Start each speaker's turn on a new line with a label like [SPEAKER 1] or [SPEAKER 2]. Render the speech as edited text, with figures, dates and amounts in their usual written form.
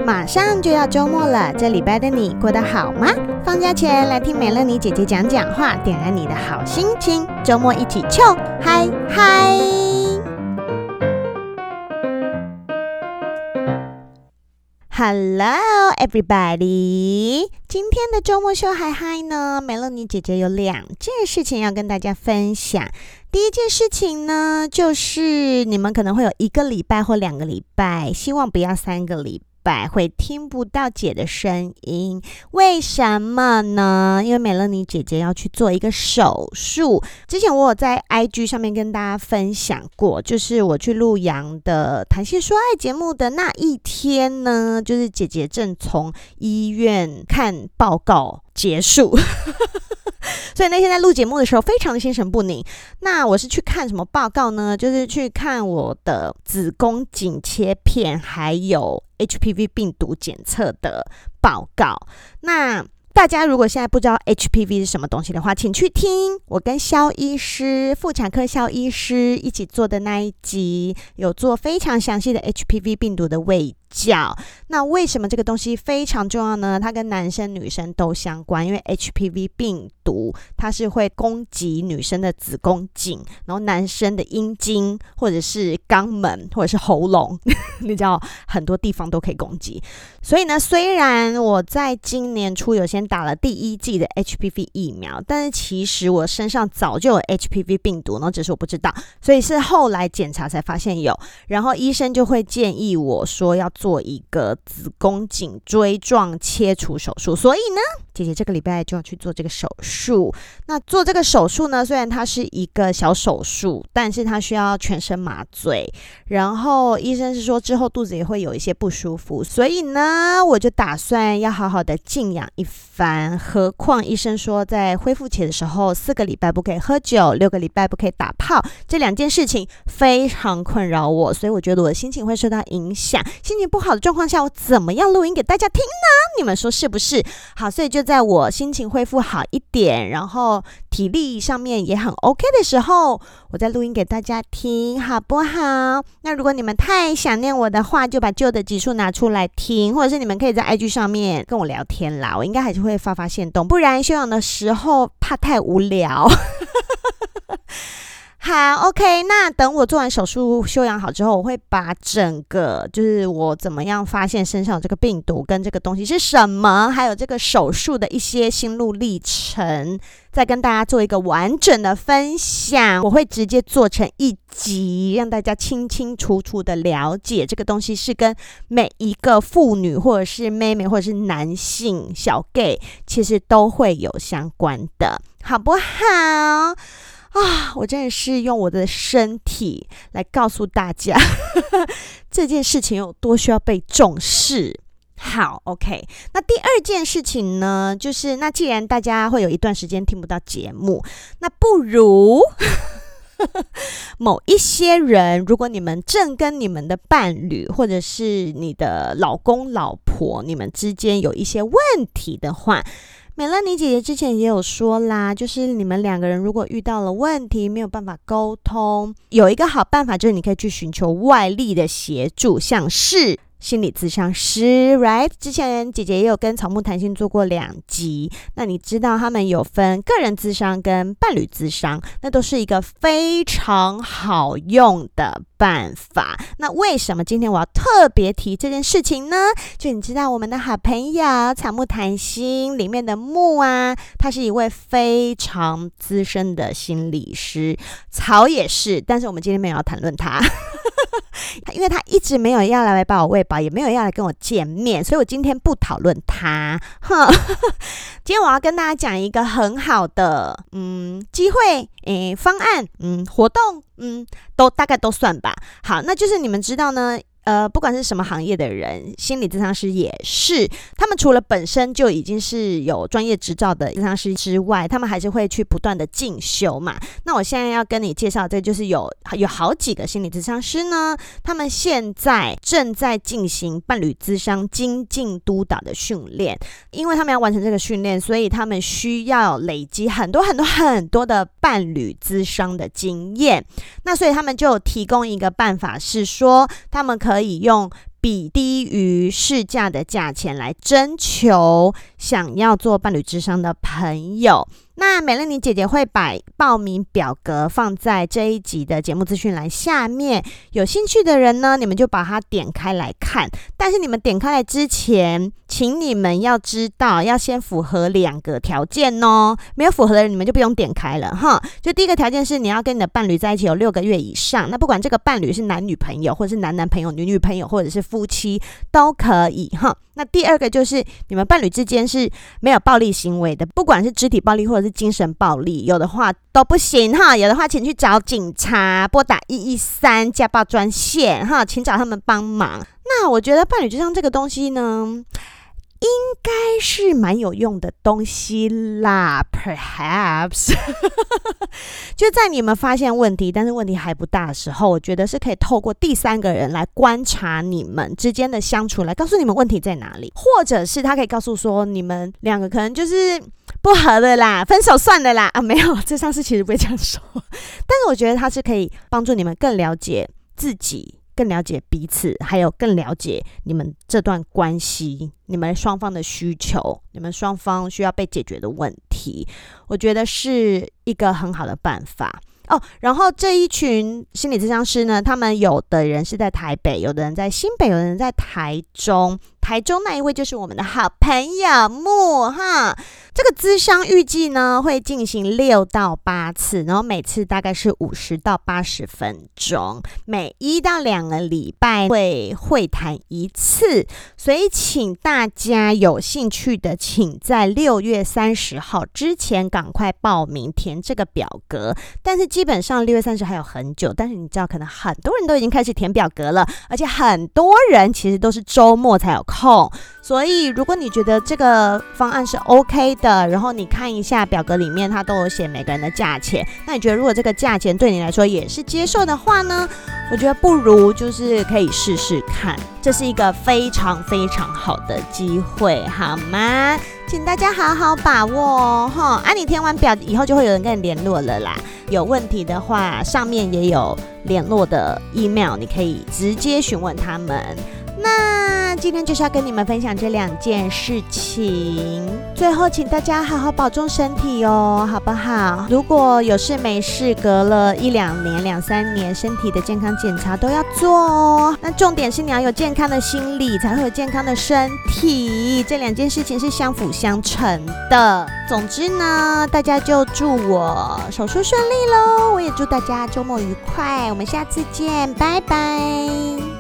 [SPEAKER 1] 马上就要周末了，这礼拜的你过得好吗？放假前来听美乐妮姐姐讲讲话，点燃你的好心情，周末一起Chill嗨嗨！Hello everybody， 今天的周末秀嗨嗨呢，美乐妮姐姐有2件事情要跟大家分享。第一件事情呢，就是你们可能会有1个礼拜或2个礼拜，希望不要3个礼拜会听不到姐的声音。为什么呢？因为美乐妮姐姐要去做一个手术。之前我有在 IG 上面跟大家分享过，就是我去录杨的谈性说爱节目的那一天呢，就是姐姐正从医院看报告结束所以那天在录节目的时候非常的心神不宁。那我是去看什么报告呢？就是去看我的子宫颈切片还有 HPV 病毒检测的报告。那大家如果现在不知道 HPV 是什么东西的话，请去听我跟肖医师，妇产科肖医师一起做的那一集，有做非常详细的 HPV 病毒的卫教。那为什么这个东西非常重要呢？它跟男生女生都相关，因为 HPV 病毒它是会攻击女生的子宫颈，然后男生的阴茎或者是肛门或者是喉咙你知道很多地方都可以攻击。所以呢，虽然我在今年初有先打了第1剂的 HPV 疫苗，但是其实我身上早就有 HPV 病毒，然后只是我不知道，所以是后来检查才发现有，然后医生就会建议我说要做一个子宫颈锥状切除手术。所以呢，姐姐这个礼拜就要去做这个手术。那做这个手术呢，虽然它是一个小手术，但是它需要全身麻醉，然后医生是说之后肚子也会有一些不舒服，所以呢我就打算要好好的静养一番。何况医生说在恢复期的时候4个礼拜不可以喝酒，6个礼拜不可以打炮，这2件事情非常困扰我，所以我觉得我的心情会受到影响。心情不好的状况下，我怎么样录音给大家听呢？你们说是不是？好，所以就在我心情恢复好一点，然后体力上面也很 OK 的时候，我再录音给大家听，好不好？那如果你们太想念我的话，就把旧的集数拿出来听，或者是你们可以在 IG 上面跟我聊天啦，我应该还是会发限动，不然休养的时候怕太无聊好 OK， 那等我做完手术休养好之后，我会把整个就是我怎么样发现身上有这个病毒跟这个东西是什么，还有这个手术的一些心路历程，再跟大家做一个完整的分享。我会直接做成1集，让大家清清楚楚的了解这个东西是跟每一个妇女或者是妹妹或者是男性小 gay 其实都会有相关的，好不好？我真的是用我的身体来告诉大家这件事情有多需要被重视。好 OK， 那第2件事情呢，就是那既然大家会有一段时间听不到节目，那不如某一些人，如果你们正跟你们的伴侣或者是你的老公老婆，你们之间有一些问题的话，美乐妮姐姐之前也有说啦，就是你们2个人如果遇到了问题没有办法沟通，有一个好办法就是你可以去寻求外力的协助，像是心理咨商师 right？ 之前姐姐也有跟草木谈心做过2集，那你知道他们有分个人咨商跟伴侣咨商，那都是一个非常好用的办法。那为什么今天我要特别提这件事情呢？就你知道我们的好朋友草木谈心里面的木啊，他是一位非常资深的心理师，草也是，但是我们今天没有要谈论他因为他一直没有要来把我喂饱，也没有要来跟我见面，所以我今天不讨论他今天我要跟大家讲一个很好的机会方案活动都大概都算吧。好，那就是你们知道呢，不管是什么行业的人，心理咨商师也是，他们除了本身就已经是有专业执照的咨商师之外，他们还是会去不断的进修嘛。那我现在要跟你介绍，这就是有好几个心理咨商师呢，他们现在正在进行伴侣咨商精进督导的训练。因为他们要完成这个训练，所以他们需要累积很多很多很多的伴侣咨商的经验。那所以他们就提供一个办法，是说他们可以用比低于市价的价钱来征求想要做伴侣諮商的朋友。那美乐妮姐姐会把报名表格放在这一集的节目资讯栏下面，有兴趣的人呢，你们就把它点开来看。但是你们点开来之前，请你们要知道要先符合2个条件哦，没有符合的人你们就不用点开了哈。就第一个条件是你要跟你的伴侣在一起有6个月以上，那不管这个伴侣是男女朋友，或者是男朋友、女朋友，或者是夫妻都可以哈。那第二个就是你们伴侣之间是没有暴力行为的，不管是肢体暴力或者是精神暴力，有的话都不行哈。有的话请去找警察，拨打113家暴专线哈，请找他们帮忙。那我觉得伴侣諮商这个东西呢，应该是蛮有用的东西啦 ，perhaps 就在你们发现问题，但是问题还不大的时候，我觉得是可以透过第3个人来观察你们之间的相处，来告诉你们问题在哪里，或者是他可以告诉说你们2个可能就是不合的啦，分手算了啦没有，这上次其实不会这样说，但是我觉得他是可以帮助你们更了解自己，更了解彼此，还有更了解你们这段关系，你们双方的需求，你们双方需要被解决的问题，我觉得是一个很好的办法哦。然后这一群心理咨商师呢，他们有的人是在台北，有的人在新北，有的人在台中。台中那一位就是我们的好朋友木哈。这个諮商预计呢会进行6到8次，然后每次大概是50到80分钟，每1到2个礼拜会谈1次，所以请大家有兴趣的，请在6月30号之前赶快报名填这个表格。但是基本上6月30还有很久，但是你知道可能很多人都已经开始填表格了，而且很多人其实都是周末才有空，所以如果你觉得这个方案是 OK 的，然后你看一下表格里面它都有写每个人的价钱，那你觉得如果这个价钱对你来说也是接受的话呢，我觉得不如就是可以试试看，这是一个非常非常好的机会，好吗？请大家好好把握哦你填完表以后就会有人跟你联络了啦，有问题的话上面也有联络的 email， 你可以直接询问他们。那今天就是要跟你们分享这2件事情，最后请大家好好保重身体哦，好不好？如果有事没事，隔了1-2年、2-3年，身体的健康检查都要做哦。那重点是你要有健康的心理，才会有健康的身体，这2件事情是相辅相成的。总之呢，大家就祝我手术顺利咯，我也祝大家周末愉快，我们下次见，拜拜。